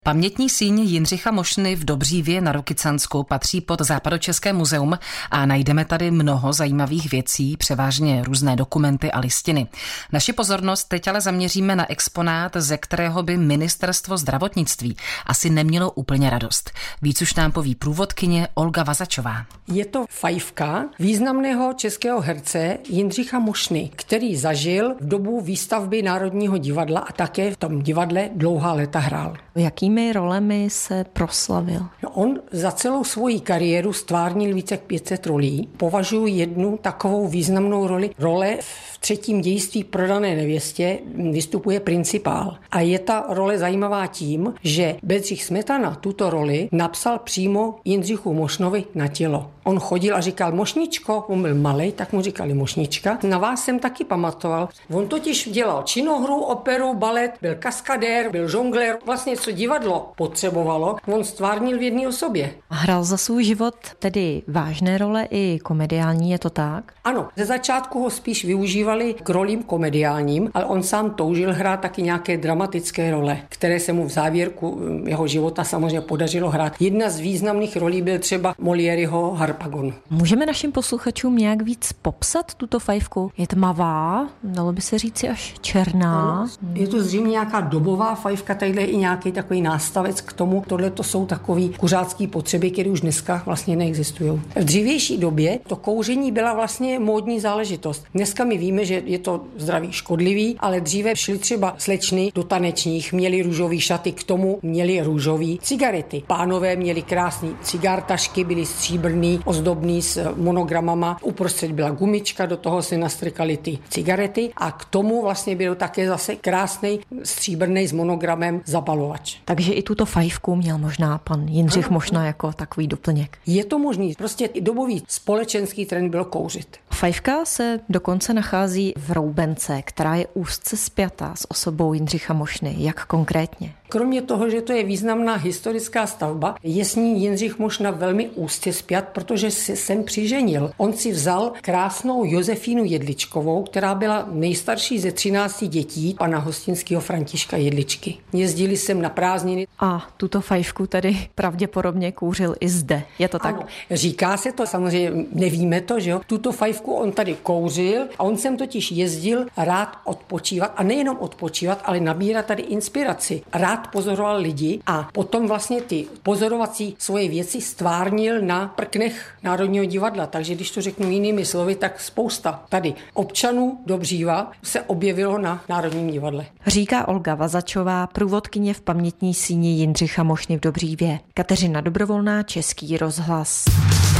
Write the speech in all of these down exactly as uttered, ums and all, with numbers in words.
Pamětní síň Jindřicha Mošny v Dobřívě na Rokycansku patří pod Západočeské muzeum a najdeme tady mnoho zajímavých věcí, převážně různé dokumenty a listiny. Naši pozornost teď ale zaměříme na exponát, ze kterého by Ministerstvo zdravotnictví asi nemělo úplně radost. Víc už nám poví průvodkyně Olga Vazačová. Je to fajfka významného českého herce Jindřicha Mošny, který zažil v dobu výstavby Národního divadla a také v tom divadle dlouhá léta hrál. Jakými rolemi se proslavil? No, on za celou svoji kariéru stvárnil více jak pět set rolí. Považuji jednu takovou významnou roli. Role v třetím dějství Prodané nevěstě vystupuje principál. A je ta role zajímavá tím, že Bedřich Smetana tuto roli napsal přímo Jindřichu Mošnovi na tělo. On chodil a říkal: Mošničko, on byl malej, tak mu říkali Mošnička. Na vás jsem taky pamatoval. On totiž dělal činohru, operu, balet, byl kaskadér, byl žonglér. Vlastně co divadlo potřebovalo, on stvárnil v jedné osobě. Hrál za svůj život tedy vážné role i komediální, je to tak? Ano, ze začátku ho spíš využívali k rolím komediálním, ale on sám toužil hrát taky nějaké dramatické role, které se mu v závěrku jeho života samozřejmě podařilo hrát. Jedna z významných rolí byl třeba Moliéryho Harpagon. Můžeme našim posluchačům nějak víc popsat tuto fajfku? Je tmavá, dalo by se říci až černá. Ano, je to zřejmě nějaká dobová fajfka, tadyhle je i nějaký takový nástavec k tomu. Tohle to jsou takový kuřácký potřeby, které už dneska vlastně neexistují. V dřívější době to kouření byla vlastně módní záležitost. Dneska my víme, že je to zdraví škodlivý, ale dříve šly třeba slečny do tanečních, měly růžový šaty, k tomu měly růžový cigarety. Pánové měli krásný cigártašky, byly stříbrný, ozdobný s monogramama. Uprostřed byla gumička, do toho se nastrkaly ty cigarety a k tomu vlastně byl také zase krásný stříbrný s monogramem zabalovač. Takže i tuto fajfku měl možná pan Jindřich ano, Mošna jako takový doplněk. Je to možný. Prostě dobový společenský trend byl kouřit. Fajfka se dokonce nachází v roubence, která je úzce spjatá s osobou Jindřicha Mošny. Jak konkrétně? Kromě toho, že to je významná historická stavba, je s ní Jindřich Mošna velmi úzce spjat, protože se sem přiženil. On si vzal krásnou Josefínu Jedličkovou, která byla nejstarší ze třinácti dětí pana Hostinského Františka Jedličky. Jezdili sem na prázdniny. A tuto fajfku tedy pravděpodobně kouřil i zde. Je to tak? Ano, říká se to, samozřejmě nevíme to, že jo. Tuto fajfku on tady kouřil a on sem totiž jezdil rád odpočívat a nejenom odpočívat, ale nabírat tady inspiraci. Rád pozoroval lidi a potom vlastně ty pozorovací svoje věci stvárnil na prknech Národního divadla. Takže když to řeknu jinými slovy, tak spousta tady občanů Dobříva se objevilo na Národním divadle. Říká Olga Vazačová, průvodkyně v pamětní síni Jindřicha Mošny v Dobřívě. Kateřina Dobrovolná, Český rozhlas.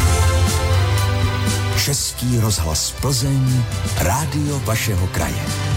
Český rozhlas Plzeň, rádio vašeho kraje.